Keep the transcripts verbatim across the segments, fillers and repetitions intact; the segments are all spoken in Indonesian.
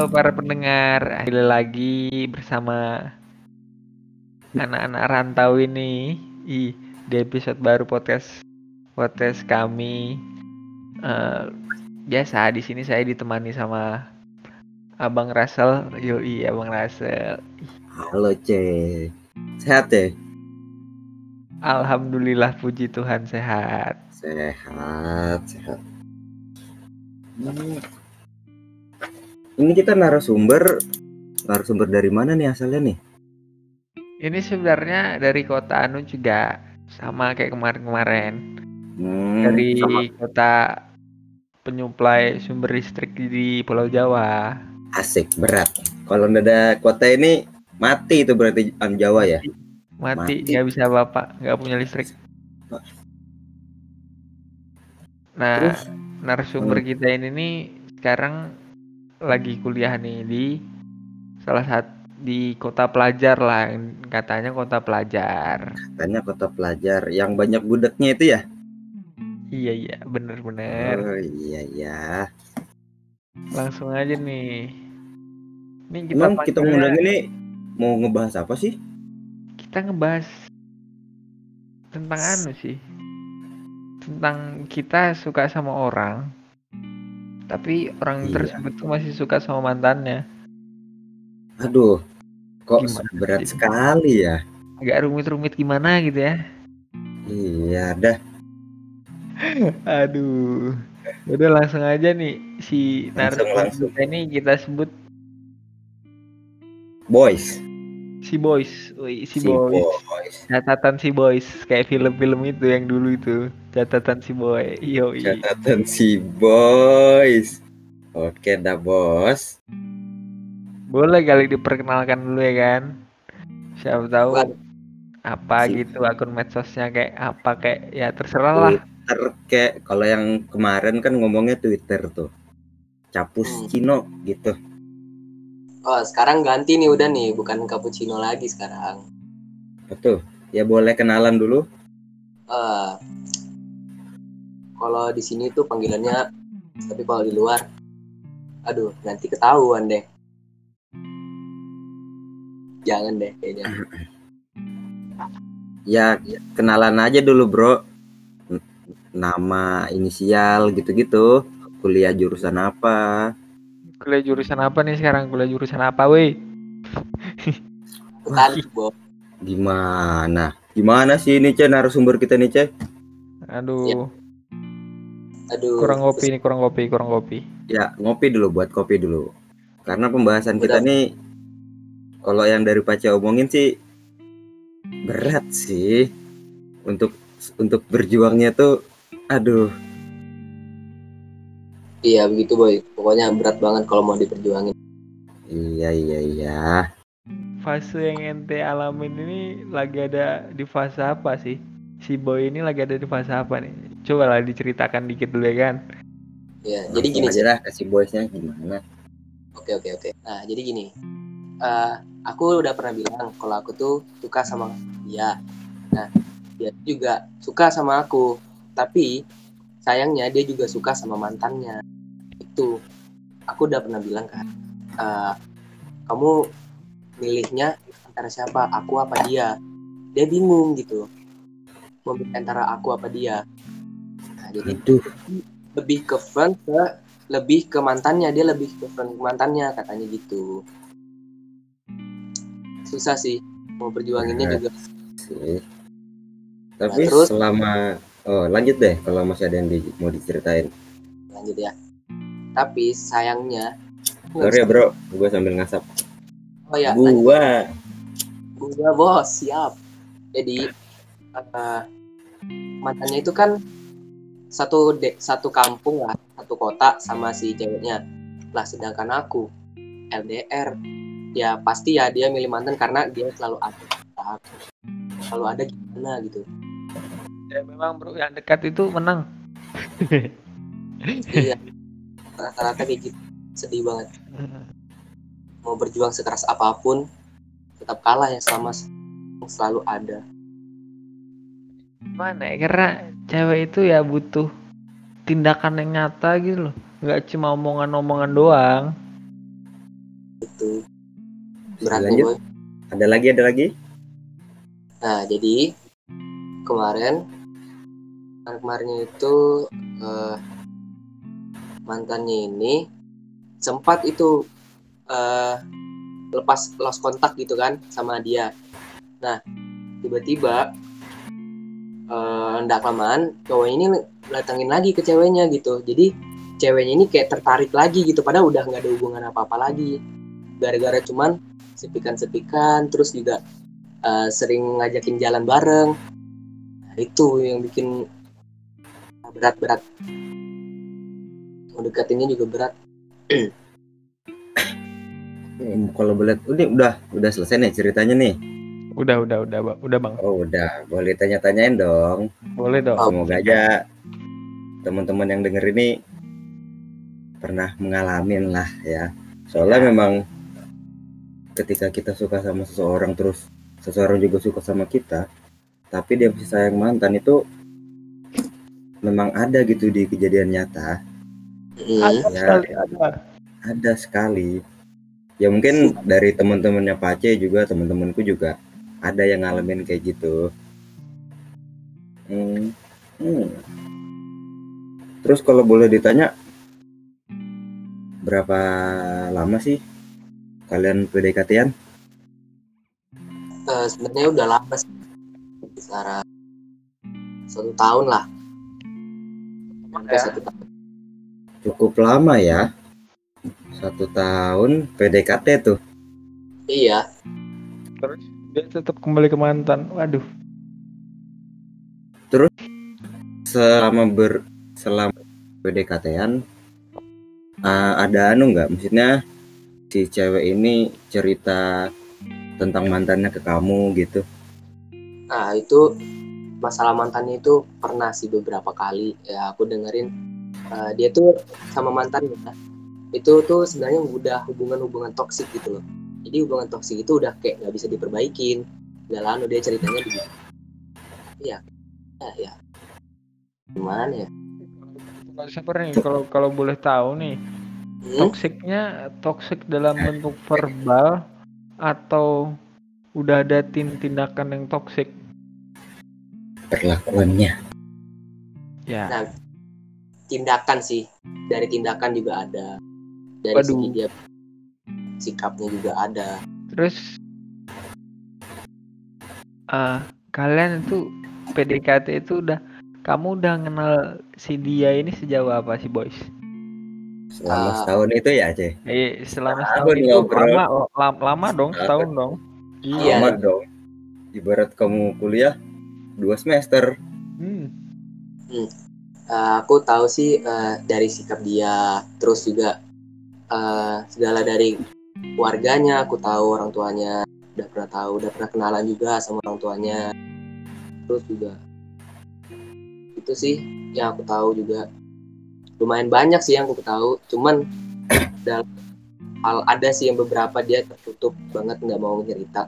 para pendengar, kembali lagi bersama anak-anak rantau ini Ih, di episode baru podcast podcast kami. Uh, biasa di sini saya ditemani sama Abang Russell. Yoi, Abang Russell. Halo C, sehat ya? Alhamdulillah, puji Tuhan sehat. Sehat, sehat. Hmm. Ini kita narasumber, narasumber dari mana nih asalnya nih? Ini sebenarnya dari kota Anu juga, sama kayak kemarin-kemarin. Hmm, dari sama. Kota penyuplai sumber listrik di Pulau Jawa. Asik, berat. Kalau ada kota ini mati itu berarti an Jawa mati, ya? Mati, nggak bisa bapak, nggak punya listrik. Nah, Terus narasumber hmm. kita ini nih sekarang lagi kuliah nih di salah satu di kota pelajar lah, katanya kota pelajar. Katanya kota pelajar yang banyak gudegnya itu ya? Iya iya, bener-bener. Oh iya ya. Langsung aja nih. Ini kita Emang panggilnya, kita ngundang ini mau ngebahas apa sih? Kita ngebahas tentang anu sih. Tentang kita suka sama orang, tapi orang iya. tersebut tuh masih suka sama mantannya. Aduh, kok Gimana berat sih? sekali ya? Agak rumit-rumit gimana gitu ya? Iya dah. Aduh, udah langsung aja nih si narasumber kita ini kita sebut Boys. si Boys, Wih, si, Si Boys. Boys. Catatan si Boys, kayak film-film itu yang dulu itu, catatan si Boy. Yoi. Catatan si Boys. Oke dah bos. Boleh kali diperkenalkan dulu ya kan? Siapa tahu Buat. apa Si gitu akun medsosnya kayak apa kayak ya terserah lah. Twitter kayak kalau yang kemarin kan ngomongnya Twitter tuh. Capus Hmm. Cino gitu. Oh, sekarang ganti nih udah nih, bukan cappuccino lagi sekarang. Betul. Ya boleh kenalan dulu. Uh, kalau di sini tuh panggilannya, tapi kalau di luar, aduh nanti ketahuan deh. Jangan deh kayaknya. Ya kenalan aja dulu bro. Nama, inisial gitu-gitu. Kuliah jurusan apa? Kuliah jurusan apa nih sekarang? Kuliah jurusan apa weh? Tadi Bob. Gimana? Gimana sih ini Ce narasumber kita nih Ce? Aduh. Ya. Aduh. Kurang kopi nih, kurang kopi, kurang kopi. Ya ngopi dulu, buat kopi dulu. Karena pembahasan Udah. kita nih, kalau yang dari Pace omongin sih berat sih. Untuk untuk berjuangnya tuh, aduh. Iya begitu boy. Pokoknya berat banget kalau mau diperjuangin. Iya iya iya. Fase yang ente alamin ini lagi ada di fase apa sih? Si Boy ini lagi ada di fase apa nih? Coba lah diceritakan dikit dulu ya kan. Ya, Langsung jadi gini aja lah kasih Boysnya gimana. Oke oke oke. Nah jadi gini. Uh, aku udah pernah bilang kalau aku tuh suka sama dia. Nah dia juga suka sama aku. Tapi sayangnya dia juga suka sama mantannya. Itu aku udah pernah bilang kan. Uh, kamu milihnya antara siapa, aku apa dia? Dia bingung gitu. Memilih antara aku apa dia. Nah, jadi Aduh. lebih ke friend ke lebih ke mantannya, dia lebih ke friend ke mantannya katanya gitu. Susah sih mau perjuanginnya nah, juga. Sih. Tapi nah, terus selama oh lanjut deh kalau masih ada yang di, mau diceritain. Lanjut ya. Tapi sayangnya. Sorry ya bro, gue sambil ngasap. Oh ya. Gua. Gua bos siap. Jadi uh, mantannya itu kan satu de- satu kampung lah, satu kota sama si ceweknya. Lah sedangkan aku L D R. Ya pasti ya dia milih mantan karena dia selalu ada. Selalu ada gimana gitu. Ya memang bro, yang dekat itu menang. Iya. Rata-rata kayak gitu. Sedih banget. Mau berjuang sekeras apapun tetap kalah ya selama selalu ada. Mana ya, karena cewek itu ya butuh tindakan yang nyata gitu loh, nggak cuma omongan-omongan doang. Itu Bisa berat nih lanjut? boy. Ada lagi, ada lagi? Nah jadi kemarin kemarinnya itu eh, mantannya ini sempat itu eh, lepas lost kontak gitu kan sama dia. Nah tiba-tiba eh, ndak lamaan cowok ini datangin lagi ke ceweknya gitu. Jadi ceweknya ini kayak tertarik lagi gitu, padahal udah nggak ada hubungan apa-apa lagi. Gara-gara cuman sepikan-sepikan, terus juga eh, sering ngajakin jalan bareng. Nah, itu yang bikin berat-berat. Mendekatinnya juga berat. Hmm, kalau boleh, ini udah udah selesai nih ceritanya nih. Udah, udah, udah, Bang. Udah, Bang. Oh udah, boleh tanya-tanyain dong. Boleh dong. Semoga aja teman-teman yang denger ini pernah mengalami lah ya. Soalnya Ya. memang ketika kita suka sama seseorang terus seseorang juga suka sama kita, tapi dia masih sayang mantan, itu memang ada gitu di kejadian nyata. Ada Ya. sekali, ada. Ada sekali. Ya mungkin dari teman-temannya Pace juga, teman-temanku juga ada yang ngalamin kayak gitu. Hmm. Hmm. Terus kalau boleh ditanya, berapa lama sih kalian P D K T-an? Eh, sebenarnya udah lama sih, sekitar satu tahun lah, sampai Ya. satu tahun. Cukup lama ya. Satu tahun P D K T tuh. Iya. Terus dia tetap kembali ke mantan. Waduh. Selama ber selama P D K T-an uh, ada anu nggak? Maksudnya si cewek ini cerita tentang mantannya ke kamu gitu? Nah itu masalah mantannya itu pernah sih beberapa kali ya aku dengerin. Uh, dia tuh sama mantannya itu tuh sebenarnya udah hubungan-hubungan toksik gitu loh. Jadi hubungan toksik itu udah kayak nggak bisa diperbaikin. Gak lama dia ceritanya begitu. Iya, ya, ya. Gimana ya? Kalau siapa nih? Kalau kalau boleh tahu nih, Hmm? toksiknya toksik dalam bentuk verbal atau udah ada tin- tindakan yang toksik? Perlakuannya. Ya. Nah, tindakan sih, dari tindakan juga ada, dari Waduh. segi dia sikapnya juga ada. Terus uh, kalian itu P D K T itu udah, kamu udah kenal si dia ini sejauh apa sih boys? Selama Uh, setahun itu ya, Ce? Eh selama Setahun setahun itu ngobrol. lama, lama lama dong, setahun dong. Iya. Lama dong. Ibarat kamu kuliah dua semester. Hmm. Hmm. Uh, aku tahu sih uh, dari sikap dia, terus juga uh, segala dari keluarganya, aku tahu orang tuanya, udah pernah tahu, udah pernah kenalan juga sama orang tuanya. Terus juga itu sih yang aku tahu juga. Lumayan banyak sih yang aku tahu, cuman dalam hal ada sih yang beberapa dia tertutup banget, nggak mau cerita.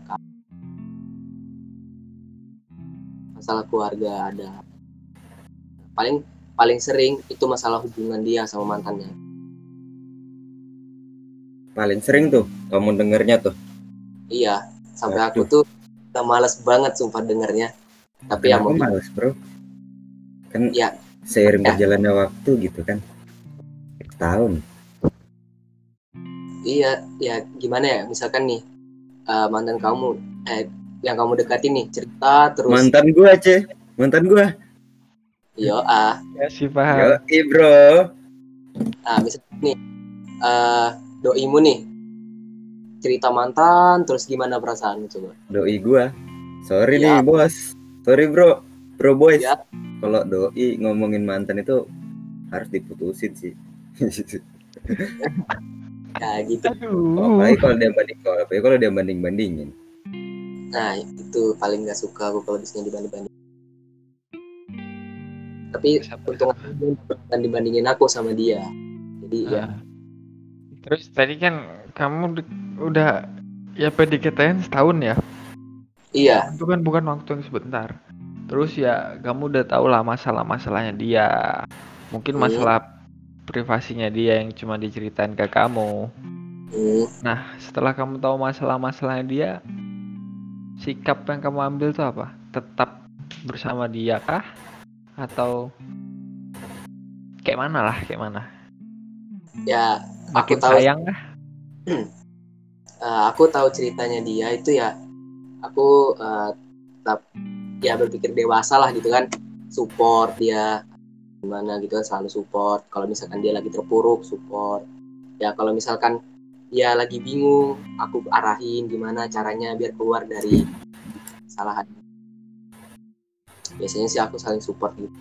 Masalah keluarga ada. Paling paling sering itu masalah hubungan dia sama mantannya. Paling sering tuh kamu dengernya tuh. Iya, sampai Waduh. aku tuh udah males banget sumpah dengernya. Tapi ya Kenapa mungkin males, bro? Kan ya seiring ya. berjalannya waktu gitu kan. Tahun. Iya, ya gimana ya? Misalkan nih uh, mantan kamu eh yang kamu deketin nih cerita terus. Mantan gua, Ce. Mantan gua. Yo ah. Ya sih paham. Yo, bro. Nah, misalkan nih uh, doimu nih cerita mantan terus gimana perasaanmu coba? Doi gua. Sorry Ya. nih, bos. Sorry, bro. Bro boys. Ya. Kalau doi ngomongin mantan itu harus diputusin sih. Ya gitu. Aduh. Apalagi kalau dia banding apalagi kalau dia banding bandingin. Nah itu paling nggak suka aku kalau disini dibanding banding. Tapi untung aku bukan dibandingin aku sama dia. Jadi Nah. ya. Terus tadi kan kamu de- udah ya P D K T-an setahun ya? Iya. Itu kan bukan waktu yang sebentar. Terus ya kamu udah tahu lah masalah-masalahnya dia. Mungkin Hmm. masalah privasinya dia yang cuma diceritain ke kamu. Hmm. Nah, setelah kamu tahu masalah-masalahnya dia, sikap yang kamu ambil tuh apa? Tetap bersama dia kah? Atau kayak mana lah, kayak mana? Ya aku Makin tahu sayang kah? uh, aku tahu ceritanya dia itu ya, aku uh, tetap ya berpikir dewasa lah gitu kan, support dia gimana gitu kan, selalu support. Kalau misalkan dia lagi terpuruk, support. Ya kalau misalkan dia lagi bingung, aku arahin gimana caranya biar keluar dari kesalahan. Biasanya sih aku saling support gitu.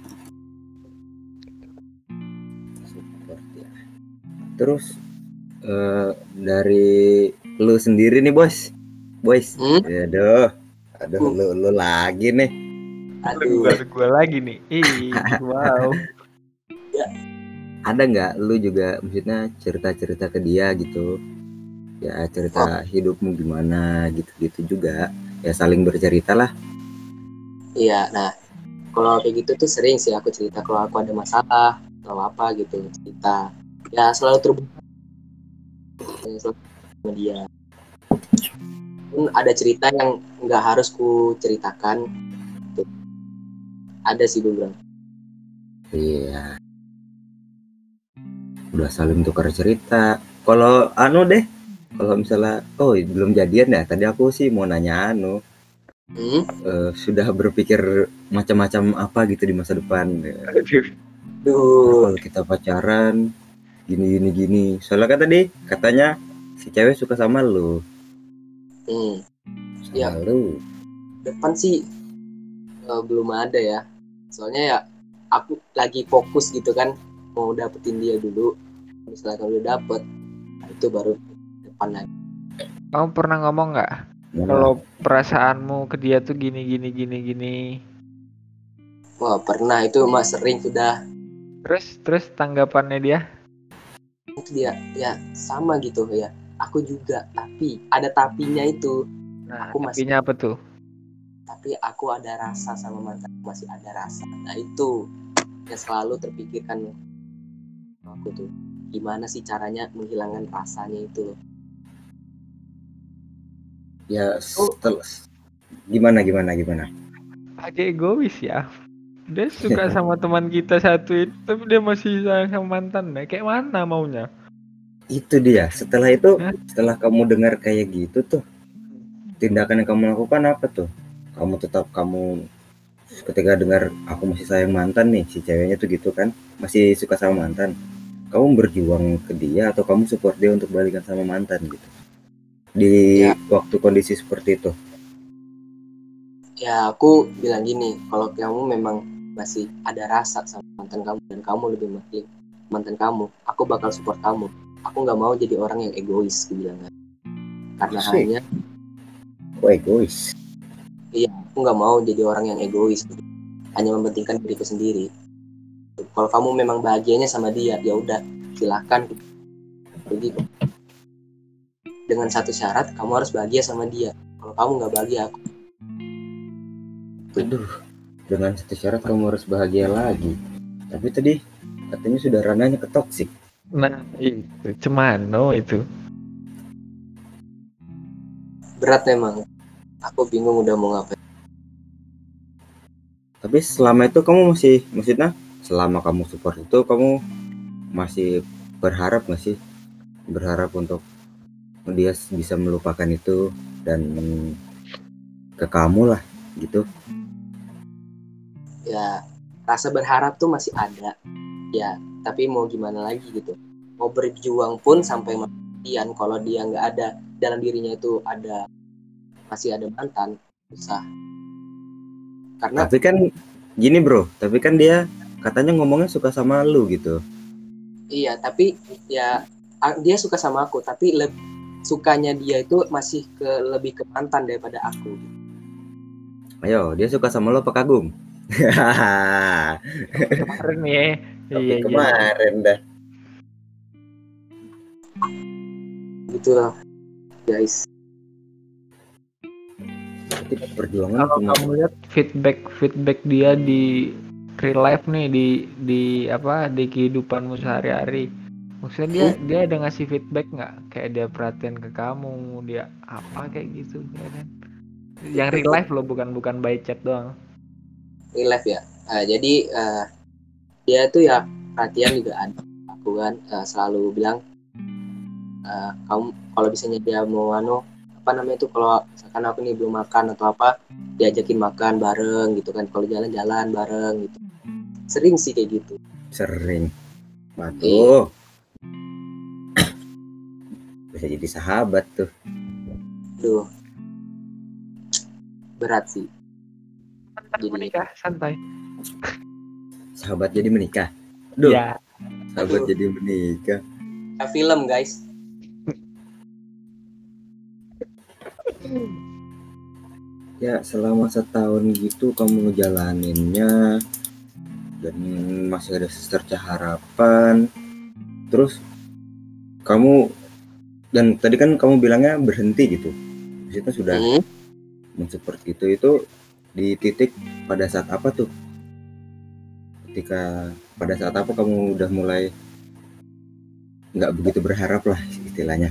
Support ya. Terus eh, dari lu sendiri nih bos, boys, Hmm? aduh, aduh lu lu lagi nih. Aduh. Baru gue lagi nih. Ih, wow. Ada nggak lu juga maksudnya cerita-cerita ke dia gitu? Ya cerita hidupmu gimana gitu-gitu juga. Ya saling bercerita lah. Iya, nah kalau kayak gitu tuh sering sih aku cerita kalau aku ada masalah atau apa gitu, cerita. Ya selalu terbuka sama dia. Pun ada cerita yang nggak harus ku ceritakan. Tuh. Ada sih beberapa. Iya. Udah saling tukar cerita. Kalau anu deh, kalau misalnya, oh belum jadian ya. Tadi aku sih mau nanya anu, Hmm? eh, sudah berpikir macam-macam apa gitu di masa depan. Aduh. Terus Duh. kalau kita pacaran, gini gini gini. Soalnya kan tadi katanya si cewek suka sama lu, Hmm. sama Ya. lu. Depan sih uh, belum ada ya. Soalnya ya aku lagi fokus gitu kan, mau dapetin dia dulu. Misalkan udah dapet, nah itu baru depan lagi. Kamu pernah ngomong nggak? Nah, Kalau perasaanmu ke dia tuh gini gini gini gini. Wah pernah itu mas, sering sudah. Terus terus tanggapannya dia? Itu dia ya sama gitu ya. Aku juga, tapi ada tapinya itu. Nah, Aku masih, tapinya apa tuh? tapi aku ada rasa sama mantan, masih ada rasa. Nah itu yang selalu terpikirkan aku tuh, gimana sih caranya menghilangkan rasanya itu loh. ya setel- gimana gimana gimana. Agak egois ya. Dia suka sama teman kita satu itu, tapi dia masih sayang sama mantannya. Kayak mana maunya? Itu dia. Setelah itu, Hah? setelah kamu dengar kayak gitu tuh, tindakan yang kamu lakukan apa tuh? Kamu tetap kamu ketika dengar aku masih sayang mantan nih, si ceweknya tuh gitu kan, masih suka sama mantan. Kamu berjuang ke dia atau kamu support dia untuk balikan sama mantan gitu? Di Ya, waktu kondisi seperti itu. ya aku bilang gini, kalau kamu memang masih ada rasa sama mantan kamu dan kamu lebih memilih mantan kamu, aku bakal support kamu. Aku nggak mau jadi orang yang egois, aku bilang kan. Karena Asik. hanya, Kok egois? iya, aku nggak mau jadi orang yang egois, hanya mementingkan diriku sendiri. Kalau kamu memang bahagianya sama dia, ya udah, silahkan pergi. Dengan satu syarat, kamu harus bahagia sama dia. Kalau kamu nggak bahagia, aku. Aduh, dengan satu syarat kamu harus bahagia lagi. Tapi tadi katanya sudah ranahnya ke toksik. Nah, itu cemano itu. Berat memang. Aku bingung udah mau ngapain. Tapi selama itu kamu masih, maksudnya selama kamu support itu kamu masih berharap nggak sih? Berharap untuk dia bisa melupakan itu dan ke kamu lah gitu. Ya, rasa berharap tuh masih ada. Ya, tapi mau gimana lagi gitu. Mau berjuang pun sampai matian, kalau dia nggak ada dalam dirinya itu ada, masih ada mantan, susah. Karena Tapi kan gini bro, tapi kan dia katanya ngomongnya suka sama lu gitu. iya, tapi ya a- dia suka sama aku, tapi le- sukanya dia itu masih ke lebih ke mantan daripada aku. Ayo, dia suka sama lo apa kagum? Kemarin nih ya. Tapi Iya, iya, iya. kemarin dah. Gitu lah, guys. Berarti perjuangan Kalau cuma kamu lihat feedback feedback dia di real life nih, di di apa di kehidupanmu sehari-hari, Maksudnya dia dia ada ngasih feedback nggak? Kayak dia perhatian ke kamu, dia apa kayak gitu ya kan? Yang real life loh, bukan bukan by chat doang. Real life ya. Nah, jadi uh, dia tuh ya perhatian juga ada. Aku kan uh, selalu bilang uh, kamu kalau misalnya dia mau anu apa namanya itu, kalau misalkan aku nih belum makan atau apa, diajakin makan bareng gitu kan, kalau jalan-jalan bareng gitu. Sering sih kayak gitu. Sering. Waduh. Bisa jadi sahabat tuh. Duh. Berat sih. Jadi menikah santai. Sahabat jadi menikah. Duh. Ya. Sahabat Aduh. jadi menikah. Kayak film guys. Ya selama setahun gitu kamu ngejalaninnya dan masih ada secerca harapan. Terus kamu, dan tadi kan kamu bilangnya berhenti gitu. Maksudnya sudah hmm? seperti itu, itu di titik pada saat apa tuh? Ketika pada saat apa kamu udah mulai nggak begitu berharap lah istilahnya?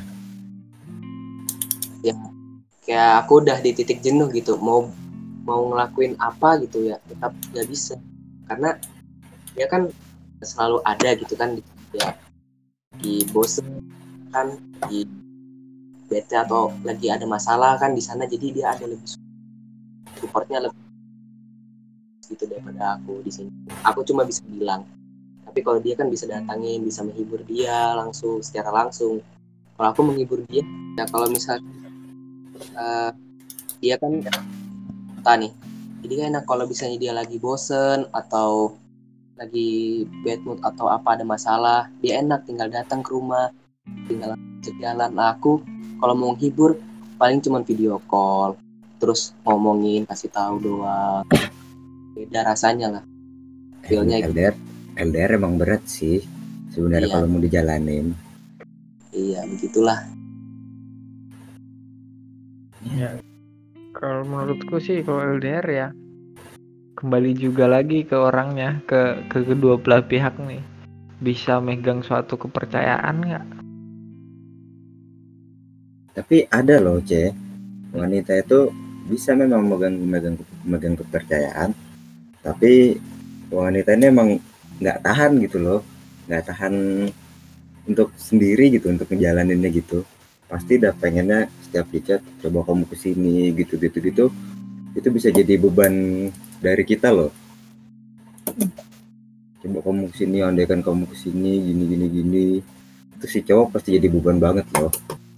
Ya kayak aku udah di titik jenuh gitu, mau mau ngelakuin apa gitu ya tetap nggak bisa, karena dia kan selalu ada gitu kan, ya di bosen kan, di bete atau lagi ada masalah kan di sana, jadi dia ada lebih supportnya lebih gitu daripada aku di sini. Aku cuma bisa bilang, tapi kalau dia kan bisa datangin, bisa menghibur dia langsung secara langsung. Kalau aku menghibur dia ya kalau misalnya uh, dia kan entah nih, jadi kan enak kalau misalnya dia lagi bosen atau lagi bad mood atau apa ada masalah, dia enak tinggal datang ke rumah, tinggal jalan. Nah, aku kalau mau menghibur paling cuma video call, terus ngomongin, kasih tahu doang. Beda rasanya lah. Feelnya L D R, L D R emang berat sih sebenarnya iya. kalau mau dijalanin. Iya, begitulah. Ya. Kalau menurutku sih kalau L D R ya kembali juga lagi ke orangnya, ke ke kedua belah pihak nih. Bisa megang suatu kepercayaan nggak? Tapi ada loh C, wanita itu bisa memang megang megang megang kepercayaan, tapi wanita ini emang nggak tahan gitu loh, nggak tahan untuk sendiri gitu, untuk ngejalaninnya gitu. Pasti udah pengennya setiap dicat coba kamu kesini gitu gitu gitu, itu bisa jadi beban dari kita loh. Coba kamu kesini, andaikan kamu kesini gini gini gini, itu si cowok pasti jadi beban banget loh.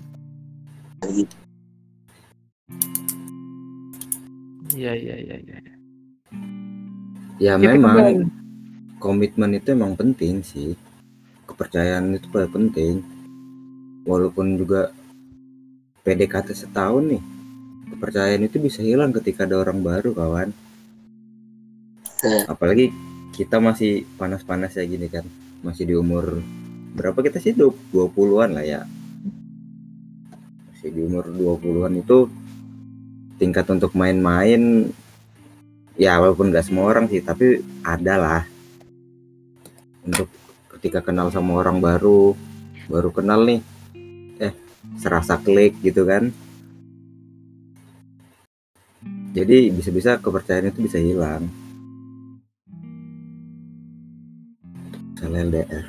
Iya iya iya iya. Ya Tapi memang kembali. komitmen itu emang penting sih, kepercayaan itu paling penting. Walaupun juga P D K T setahun nih, kepercayaan itu bisa hilang ketika ada orang baru kawan. Apalagi kita masih panas-panas ya gini kan, masih di umur berapa kita sih, dua puluhan lah ya, masih di umur dua puluhan itu tingkat untuk main-main ya, walaupun gak semua orang sih, tapi ada lah untuk ketika kenal sama orang baru, baru kenal nih eh serasa klik gitu kan, jadi bisa-bisa kepercayaan itu bisa hilang soal L D R.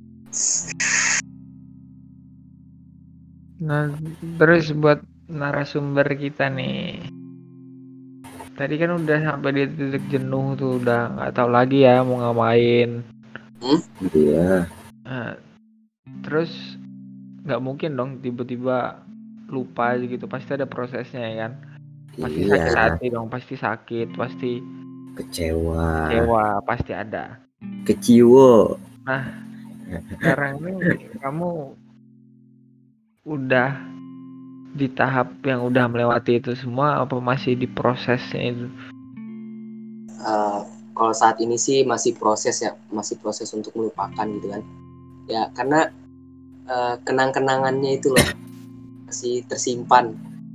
Nah, terus buat narasumber kita nih, tadi kan udah sampai di titik jenuh tuh, udah nggak tahu lagi ya mau ngapain. Hmm? Iya. Nah, terus nggak mungkin dong tiba-tiba lupa aja gitu, pasti ada prosesnya ya kan. Pasti Iya. sakit hati dong, pasti sakit, pasti kecewa, kecewa, pasti ada. keciwo. Nah, sekarang ini kamu udah di tahap yang udah melewati itu semua apa masih di prosesnya itu? Uh, kalau saat ini sih masih proses ya, masih proses untuk melupakan gitu kan. Ya karena uh, kenang-kenangannya itu loh masih tersimpan.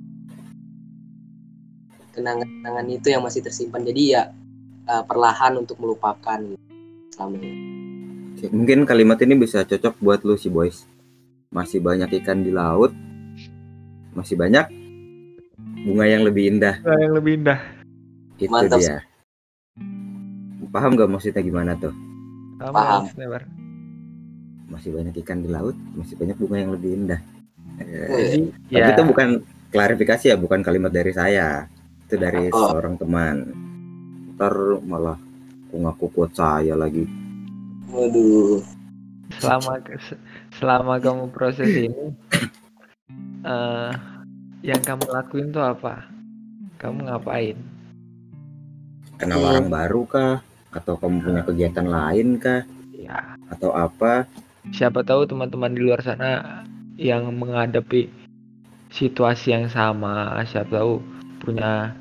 Kenangan-kenangan itu yang masih tersimpan. Jadi ya uh, perlahan untuk melupakan gitu, selama ini. Mungkin kalimat ini bisa cocok buat lu sih boys. Masih banyak ikan di laut, masih banyak bunga yang lebih indah. Bunga yang lebih indah. Itu Mantap. dia. Paham gak maksudnya gimana tuh? Paham, Paham. maksudnya, Bar? Masih banyak ikan di laut, masih banyak bunga yang lebih indah. Jadi Tapi ya itu bukan klarifikasi ya, bukan kalimat dari saya. Itu dari Oh. seorang teman. Ntar malah aku ngaku quote saya lagi. Waduh. selama selama kamu proses ini eh yang kamu lakuin tuh apa? Kamu ngapain? Kenal Hmm. orang baru kah? Atau kamu punya kegiatan lain kah? Ya, Atau apa? siapa tahu teman-teman di luar sana yang menghadapi situasi yang sama, siapa tahu punya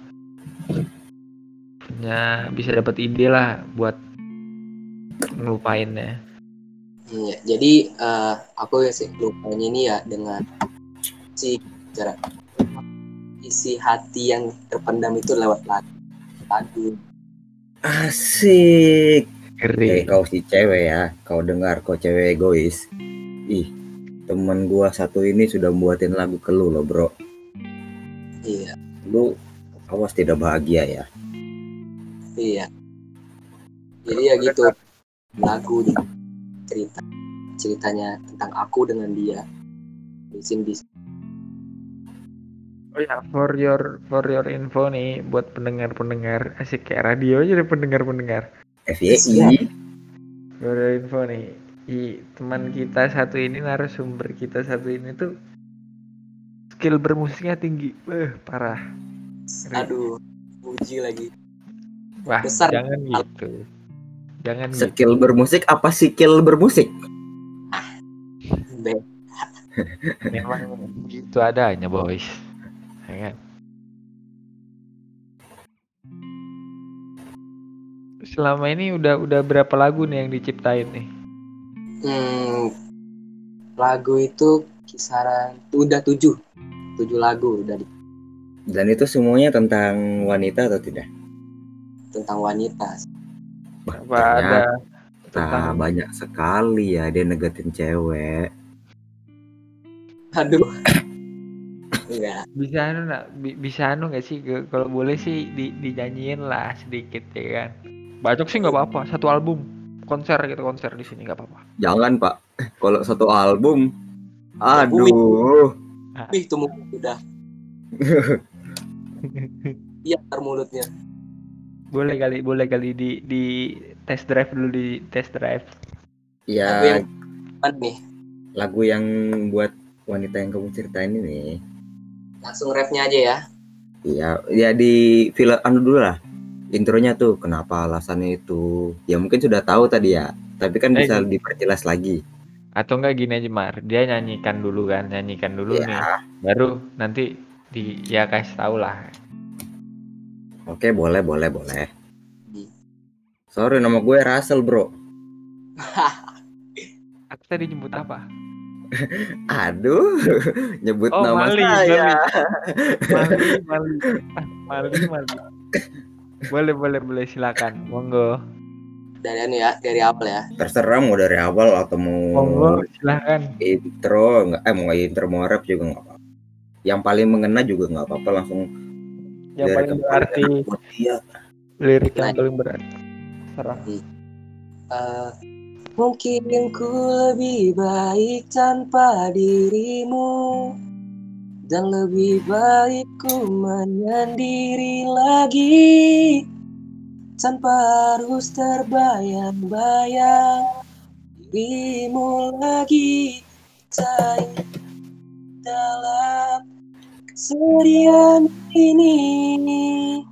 punya bisa dapat ide lah buat ngelupainnya. Hmm, ya. Jadi eh, aku ya sih lupanya ini ya dengan si cara isi hati yang terpendam itu lewat lagu. lagu. Asik. Eh Keren. kau si cewek ya, kau dengar kau cewek egois. Ih, teman gua satu ini sudah buatin lagu ke lu loh bro. Iya, Lu awas tidak bahagia ya. iya. Jadi ya gitu lagu di cerita ceritanya tentang aku dengan dia. Di sini bis. Oh ya, for your for your info nih buat pendengar-pendengar, asik kayak radio aja deh pendengar-pendengar. F Y Siap. I. For your info nih, i, teman kita satu ini, narasumber kita satu ini tuh skill bermusiknya tinggi, eh parah. Aduh, puji lagi. Wah, Besar. jangan gitu, jangan gitu. Skill bermusik apa skill bermusik? Be- Memang gitu adanya boys, ya kan? Selama ini udah udah berapa lagu nih yang diciptain nih? Hmm, lagu itu kisaran udah tujuh, tujuh lagu udah di, Dan itu semuanya tentang wanita atau tidak? tentang wanita. Apa ada Ternyata tentang banyak sekali ya dia negetin cewek. Aduh, enggak. bisa anu nggak Bi- bisa anu nggak sih Ke- kalau boleh sih di, dinyanyiin lah sedikit ya kan? Bacok sih nggak apa-apa, satu album konser gitu, konser di sini nggak apa-apa. Jangan pak, kalau satu album, Ya, aduh. Ih, itu mulut udah. Iya, ntar mulutnya. Boleh kali, boleh kali di di test drive dulu, di test drive. Lagu Ya yang mana nih? lagu yang buat wanita yang kamu ceritain ini. Langsung refnya aja ya. Iya, ya di film anu dulu lah. Intronya tuh kenapa alasannya itu. Ya mungkin sudah tahu tadi ya, tapi kan Eh, bisa gitu. diperjelas lagi. Atau enggak gini aja Mar, dia nyanyikan dulu kan, nyanyikan dulu Ya. nih, baru nanti di ya kasih tahu lah. Oke, boleh, boleh, boleh. Hmm. Sorry, nama gue Russell, bro. Aku tadi nyebut apa? Aduh, nyebut Oh, nama Mali, saya. Mali, Mali, ah, Mali, Mali. Boleh, boleh, boleh, silakan, monggo, Dari anu ya, dari awal ya. Terserah mau dari awal atau mau monggo, silakan. intro, nggak, eh mau intro mau rap juga nggak apa-apa. Yang paling mengena juga nggak apa-apa, langsung Yang lirik paling yang berarti, enak buat dia. lirik yang Nah. paling berarti. Serah. Eh, mungkin ku lebih baik tanpa dirimu, dan lebih baik ku menyendiri lagi, tanpa harus terbayang-bayang dirimu lagi. Sayang dalam kesedihan ini,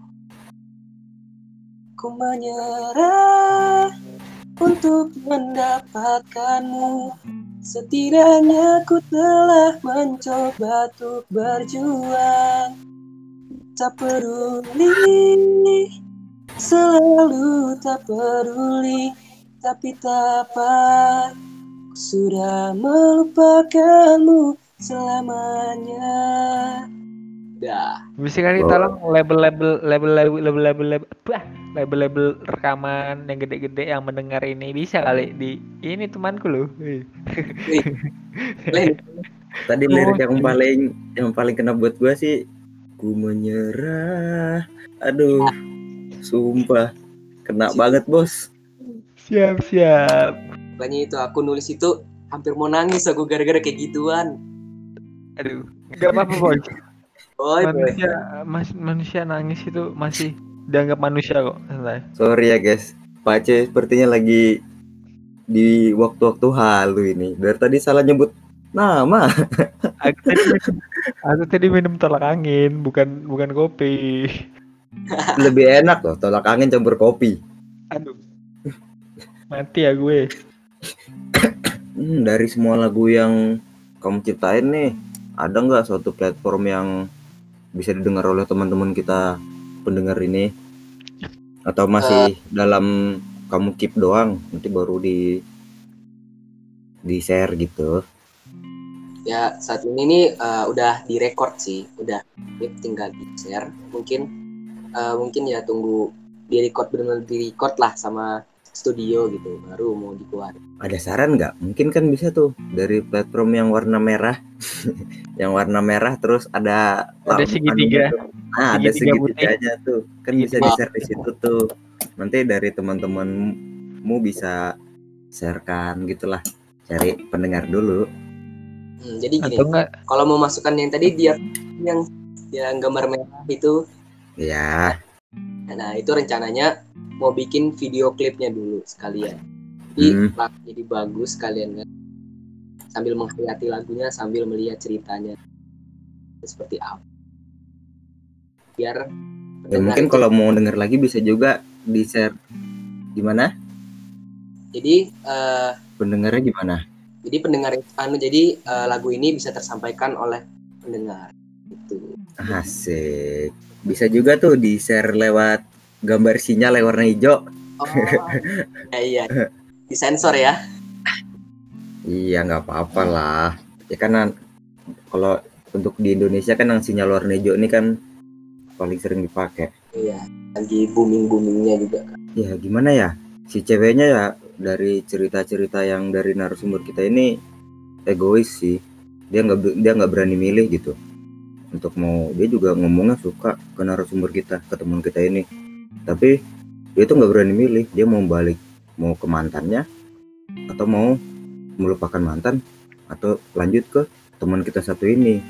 ku menyerah untuk mendapatkanmu. Setidaknya ku telah mencoba untuk berjuang. Tak peduli, selalu tak peduli, tapi tak apa, ku sudah melupakanmu selamanya. Dah. Bisa kali Oh. tolong label-label label-label label-label label bah, label-label rekaman yang gede-gede yang mendengar ini bisa kali di ini temanku loh. Wih, boleh nih. Tadi Oh, lirik yang iya. paling yang paling kena buat gua sih, ku menyerah. Aduh, sumpah kena Situ. banget bos. Siap, siap. Makanya itu aku nulis itu hampir mau nangis aku gara-gara kayak gituan. Aduh, nggak apa-apa boy. Boy, boy. Manusia mas, manusia nangis itu masih dianggap manusia kok, santai. Sorry ya guys, Pace sepertinya lagi di waktu-waktu halu ini. Dari tadi salah nyebut nama. Aku tadi minum, aku tadi minum tolak angin, bukan bukan kopi. Lebih enak loh tolak angin campur kopi. Aduh, mati ya gue. Hmm, dari semua lagu yang kamu ciptain nih, ada nggak suatu platform yang bisa didengar oleh teman-teman kita pendengar ini? Atau masih dalam kamu keep doang, nanti baru di di share gitu? Ya saat ini nih uh, udah direkord sih, udah tinggal di share. Mungkin uh, mungkin ya tunggu di record benar-benar di record lah sama studio gitu, baru mau dikeluarin. Ada saran nggak? Mungkin kan bisa tuh dari platform yang warna merah, yang warna merah terus ada Ada segitiga. Nah, ada Segitiga segitiganya tuh, kan bisa Segitiga. di share di situ tuh. Nanti dari teman-temanmu bisa sharekan gitulah, cari pendengar dulu. Hmm, jadi gini, Atau enggak? kalau mau masukkan yang tadi dia yang yang gambar merah itu, Ya. nah itu rencananya mau bikin video klipnya dulu sekalian. Jadi Hmm. lagu jadi bagus sekalian kan, sambil menghayati lagunya sambil melihat ceritanya seperti apa. Biar Ya mungkin itu, kalau mau denger lagi bisa juga di share gimana? Jadi uh, pendengarnya gimana? Jadi pendengar anu jadi uh, lagu ini bisa tersampaikan oleh pendengar itu. Asik. Bisa juga tuh di share lewat gambar sinyal yang warna hijau. Oh, ya, iya. Disensor ya? Iya nggak apa-apa lah. Ya kan kalau untuk di Indonesia kan yang sinyal warna hijau ini kan paling sering dipakai. Iya, lagi booming-boomingnya juga. Ya gimana ya? Si ceweknya ya dari cerita-cerita yang dari narasumber kita ini egois sih. Dia nggak dia nggak berani milih gitu. Untuk mau dia juga ngomongnya suka ke narasumber kita, ke teman kita ini. Tapi dia tuh nggak berani milih. Dia mau balik, mau ke mantannya atau mau melupakan mantan atau lanjut ke teman kita satu ini.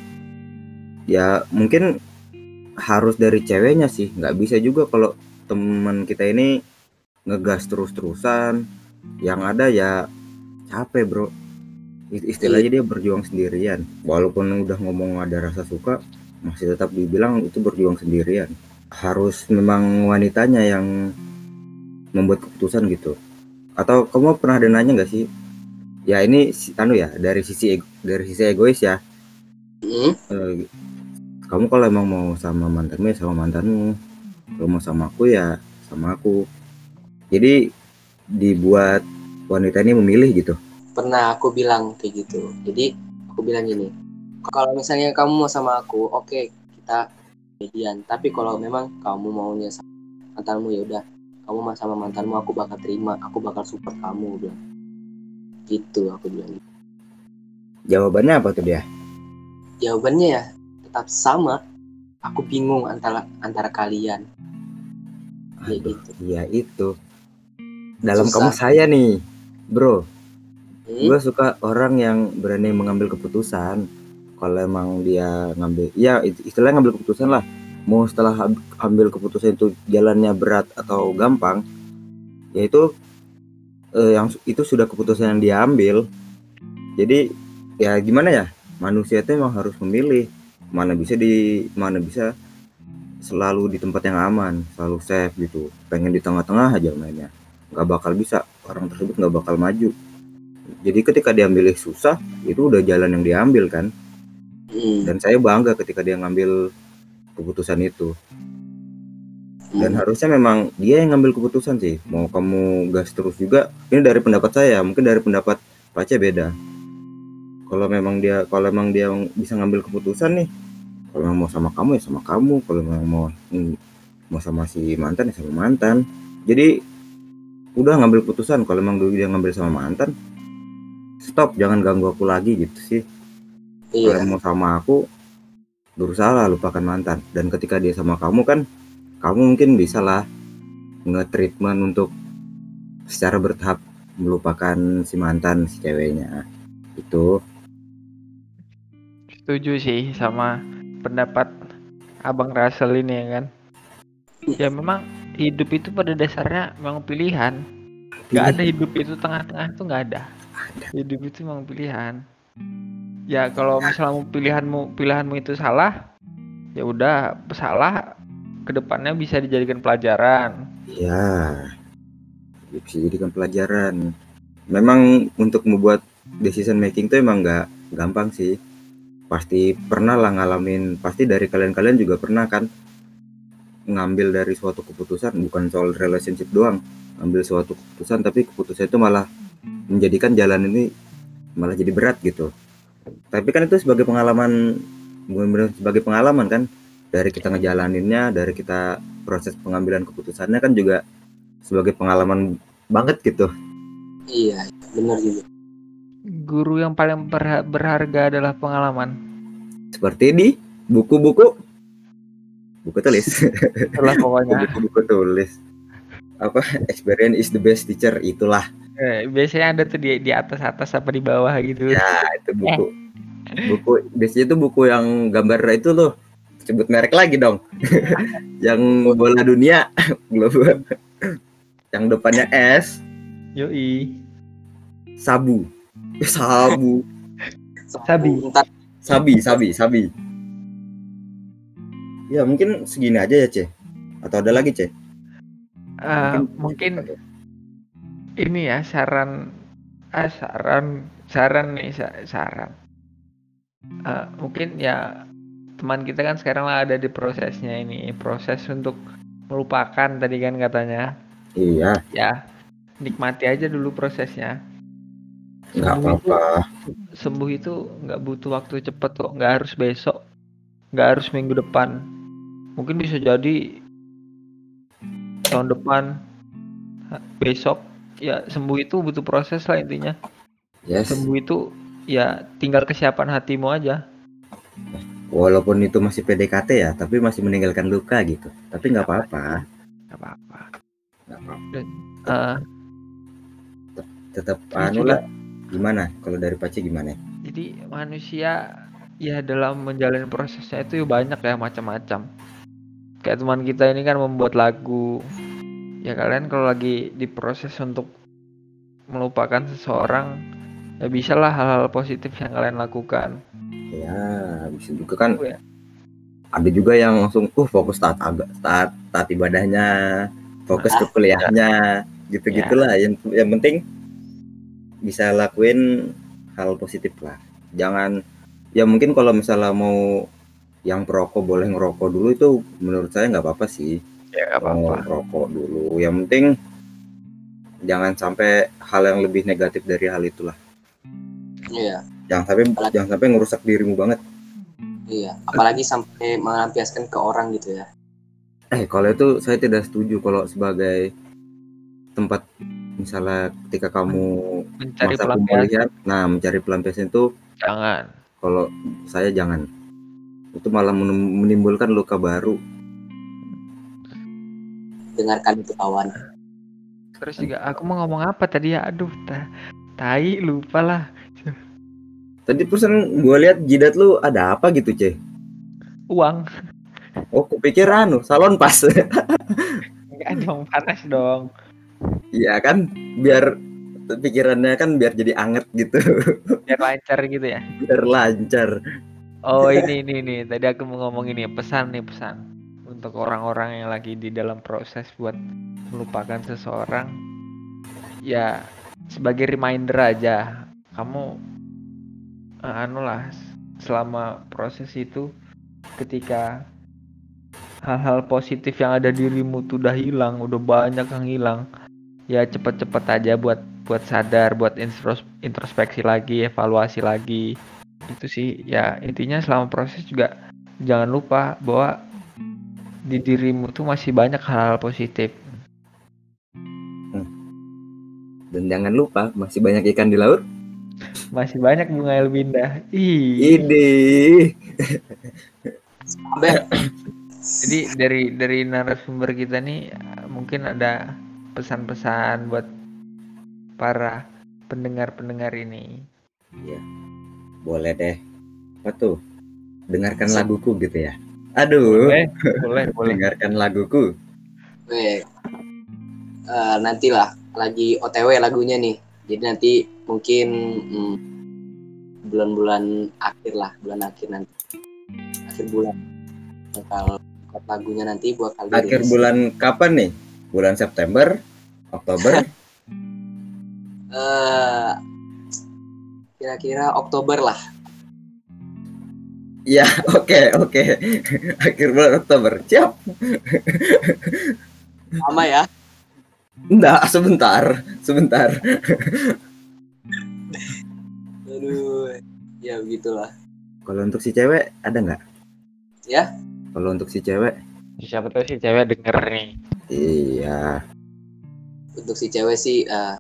Ya mungkin harus dari ceweknya sih, nggak bisa juga kalau teman kita ini ngegas terus-terusan, yang ada ya capek bro. Istilahnya dia berjuang sendirian, walaupun udah ngomong ada rasa suka masih tetap dibilang itu berjuang sendirian. Harus memang wanitanya yang membuat keputusan gitu. Atau kamu pernah ada nanya nggak sih? Ya ini anu ya dari sisi ego, dari sisi egois ya. Hmm? Eh, kamu kalau emang mau sama mantanmu ya sama mantanmu, kalau mau sama aku ya sama aku. Jadi dibuat wanita ini memilih gitu. Pernah aku bilang kayak gitu. Jadi aku bilang gini, kalau misalnya kamu mau sama aku, oke okay, kita jadian. Tapi kalau memang kamu maunya sama mantanmu ya udah, kamu mau sama mantanmu aku bakal terima, aku bakal support kamu bilang. Gitu aku bilang. Gitu. Jawabannya apa tuh dia? Jawabannya ya tetap sama. Aku bingung antara antara kalian. Aduh, ya gitu. Iya itu. Dalam Susah. kamu saya nih, bro. Hmm? Gue suka orang yang berani mengambil keputusan. Kalau emang dia ngambil, ya istilahnya ngambil keputusan lah. Mau setelah ambil keputusan itu jalannya berat atau gampang, ya itu eh, yang itu sudah keputusan yang dia ambil. Jadi ya gimana ya? Manusia itu emang harus memilih. Mana bisa di mana bisa selalu di tempat yang aman, selalu safe gitu. Pengen di tengah-tengah aja mainnya, nggak bakal bisa. Orang tersebut nggak bakal maju. Jadi ketika dia milih susah, itu udah jalan yang diambil kan. Hmm. Dan saya bangga ketika dia ngambil keputusan itu. Dan Hmm. harusnya memang dia yang ngambil keputusan sih. Mau kamu gas terus juga, ini dari pendapat saya, mungkin dari pendapat Pace beda. Kalau memang dia kalau memang dia bisa ngambil keputusan nih, Kalau memang mau sama kamu ya sama kamu, kalau memang mau mau sama si mantan ya sama mantan. Jadi udah ngambil putusan, kalau memang dulu dia ngambil sama mantan, stop, jangan ganggu aku lagi gitu sih. Kalau Iya, mau sama aku, berusaha lah lupakan mantan. Dan ketika dia sama kamu kan, kamu mungkin bisa lah nge-treatment untuk secara bertahap melupakan si mantan, si ceweknya. Itu Setuju sih sama pendapat Abang Russell ini ya kan. Ya memang hidup itu pada dasarnya memang pilihan. Gak ada hidup itu tengah-tengah itu nggak ada. Hidup itu memang pilihan. Ya kalau misalnya pilihanmu pilihanmu itu salah, ya udah salah, kedepannya bisa dijadikan pelajaran. ya bisa jadikan pelajaran. Memang untuk membuat decision making itu emang nggak gampang sih. Pasti pernah lah ngalamin, pasti dari kalian-kalian juga pernah kan ngambil dari suatu keputusan, bukan soal relationship doang, ngambil suatu keputusan tapi keputusan itu malah menjadikan jalan ini malah jadi berat gitu. Tapi kan itu sebagai pengalaman, benar-benar sebagai pengalaman kan, dari kita ngejalaninnya, dari kita proses pengambilan keputusannya kan juga sebagai pengalaman banget gitu. iya, benar juga. Guru yang paling berha- berharga adalah pengalaman. Seperti di buku-buku buku tulis. Itulah pokoknya. Buku-buku tulis. Apa, experience is the best teacher, itulah. Eh, biasanya ada tuh di di atas atas apa di bawah gitu. Ya, itu buku. Buku biasanya itu buku yang gambar itu loh. Sebut merek lagi dong. Yang bola dunia, global. Yang depannya S, Yoi. sabu. Eh, sabu. Sabi. Ntar Sabi, sabi, sabi. Ya, mungkin segini aja ya, Ce. Atau ada lagi, Ce? Eh, mungkin ini ya saran ah, saran saran nih sa- saran. Eh, mungkin ya teman kita kan sekarang lah ada di prosesnya ini, proses untuk melupakan tadi kan katanya. Iya, Ya, nikmati aja dulu prosesnya. nggak Sembuh itu apa-apa. sembuh itu nggak butuh waktu cepet kok, nggak harus besok, nggak harus minggu depan. Mungkin bisa jadi tahun depan, ha- besok. Ya sembuh itu butuh proses lah intinya. Yes. Sembuh itu ya tinggal kesiapan hatimu aja. Walaupun itu masih P D K T ya, tapi masih meninggalkan luka gitu. Tapi nggak apa-apa. Nggak apa-apa. Nggak apa-apa. Dan eh, Tetap terus anu juga, lah. Gimana? Kalau dari Paci gimana? jadi manusia ya dalam menjalani prosesnya itu banyak ya macam-macam. Kayak teman kita ini kan membuat lagu. Ya kalian kalau lagi diproses untuk melupakan seseorang, ya bisa lah hal-hal positif yang kalian lakukan. Ya, bisa juga kan. Oh, ya. Ada juga yang langsung uh fokus taat agak taat taat ibadahnya, fokus ke kuliahnya, gitu-gitulah. Yang yang penting bisa lakuin hal positif lah. Jangan, ya mungkin kalau misalnya mau yang perokok boleh ngerokok dulu, itu menurut saya nggak apa-apa sih. Ya nggak apa-apa. Ngerokok dulu. Yang penting jangan sampai hal yang lebih negatif dari hal itulah. iya, Jangan sampai jangan sampai ngerusak dirimu banget. iya. Apalagi sampai melampiaskan ke orang gitu ya. Eh, kalau itu saya tidak setuju. Kalau sebagai tempat, misalnya ketika kamu Mencari masa pelampiasan, pemulihan, nah mencari pelampiasan itu, jangan. kalau saya jangan. Itu malah menem- menimbulkan luka baru. Dengarkan itu kawan. Terus juga aku mau ngomong apa tadi ya? Aduh, ta tai lupa lah. Tadi pesan gue lihat jidat lu ada apa gitu, Ce? Uang. Oh, kupikir anu, salon pas. Enggak dong, panas dong. Iya kan, biar pikirannya kan biar jadi anget gitu. Biar lancar gitu ya. Biar lancar. Oh, ini ini nih. Tadi aku mau ngomong ini pesan nih, pesan untuk orang-orang yang lagi di dalam proses buat melupakan seseorang. Ya, sebagai reminder aja. Kamu uh, anu lah selama proses itu, ketika hal-hal positif yang ada dirimu tuh udah hilang, udah banyak yang hilang, ya cepet-cepet aja buat buat sadar, buat intros- introspeksi lagi, evaluasi lagi. Itu sih ya intinya selama proses juga jangan lupa bahwa di dirimu tuh masih banyak hal-hal positif. Dan jangan lupa masih banyak ikan di laut. Masih banyak bunga Elbinda. Ih. Ide. Sampai Jadi dari dari narasumber kita nih mungkin ada pesan-pesan buat para pendengar-pendengar ini. Iya. Boleh deh. Apa tuh? Dengarkan Sip. laguku gitu ya. Aduh. Boleh, boleh, boleh. Dengarkan laguku. Weh, eh, nantilah lagi O T W lagunya nih. Jadi nanti mungkin hmm, bulan-bulan akhir lah, bulan akhir nanti, akhir bulan bakal record lagunya nanti buat kalian. Akhir bulan kapan nih? Bulan September, Oktober? Eh, kira-kira Oktober lah. Ya, oke, oke. Akhir bulan Oktober. Siap. Sama ya. Enggak, sebentar, sebentar. Aduh, ya begitulah. Kalau untuk si cewek ada nggak? Ya. Kalau untuk si cewek? Siapa tahu si cewek denger nih. Iya. Untuk si cewek sih eh,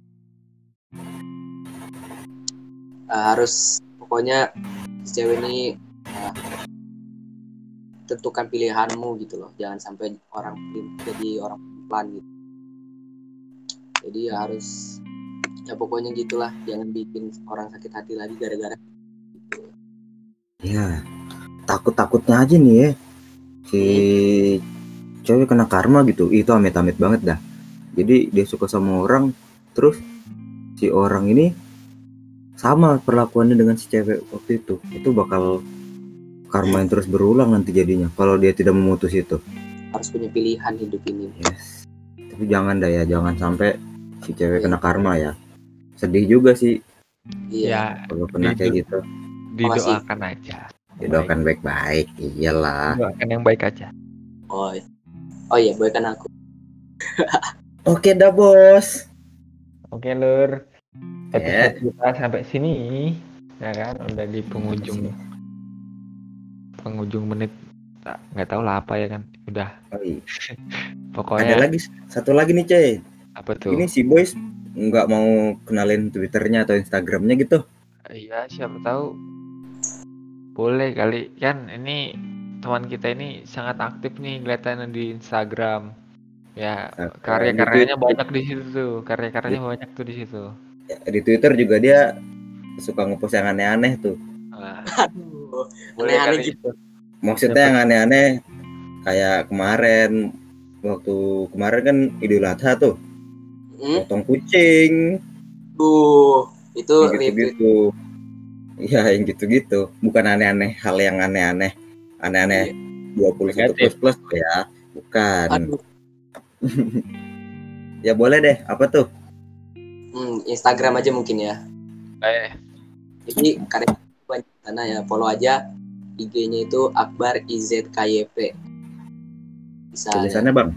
eh, harus pokoknya si cewek ini eh, tentukan pilihanmu gitu loh. Jangan sampai orang jadi orang pelan gitu. Jadi ya harus ya pokoknya gitulah, jangan bikin orang sakit hati lagi gara-gara gitu. Ya, takut-takutnya aja nih ya si cewek kena karma gitu. Itu amit-amit banget dah. Jadi dia suka sama orang, terus si orang ini sama perlakuannya dengan si cewek waktu itu. Itu bakal karma yang terus berulang nanti jadinya kalau dia tidak memutus itu. Harus punya pilihan hidup ini. Yes. Tapi jangan dah ya, jangan sampai si cewek kena karma ya. Sedih juga sih Iya. Ya, kalau kena kayak Dido- gitu. didoakan aja. Didoakan baik-baik. Iyalah. Doakan yang baik aja. Oh, iya. Oh iya, boy kan aku. Oke dah bos. Oke, Lur. Ya. Episode kita sampai sini. Ya kan, udah di penghujung penghujung menit. Tak- nggak tahu lah apa ya kan. Udah. Oh, iya. Pokoknya Ada lagi satu lagi nih Cey. apa tuh? Ini si Boys nggak mau kenalin Twitternya atau Instagramnya gitu. Iya, siapa tahu boleh kali kan, ini teman kita ini sangat aktif nih kelihatannya di Instagram. Ya, Nah, karya-karyanya di, banyak di situ tuh. Karya-karyanya banyak tuh di situ. di Twitter juga dia suka ngepost yang aneh-aneh tuh. Nah, Aduh, boleh aneh-aneh kali. gitu. Maksudnya yang aneh-aneh kayak kemarin waktu kemarin kan Idul Adha tuh, Hmm? potong kucing, Duh, itu yang retweet. gitu-gitu. Iya, yang gitu-gitu. Bukan aneh-aneh hal yang aneh-aneh. Aneh-aneh dua puluh satu plus Negatif. plus ya. Bukan. Aduh, Ya boleh deh. Apa tuh? hmm, Instagram aja mungkin ya. Eh, Jadi karya banyak sana ya, follow aja I G-nya itu Akbar I Z K Y P. Bisa ya. Tulisannya Bang.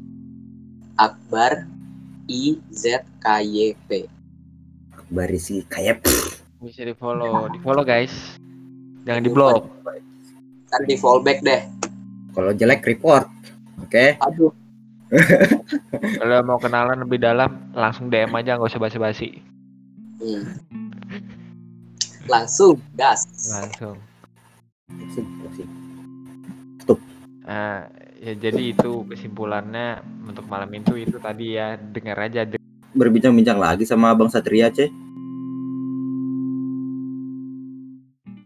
Akbar I Z K Y P. Barisi kayak bisa di follow, di follow guys. Jangan di blok. Ntar di fallback deh. kalau jelek report. Oke. Aduh, Kalau mau kenalan lebih dalam, langsung D M aja, nggak usah basa-basi. hmm. Langsung gas. Langsung. Okay. Nah, ya jadi itu kesimpulannya untuk malam itu itu tadi ya, dengar aja. Berbincang-bincang lagi sama Abang Satria, Ce.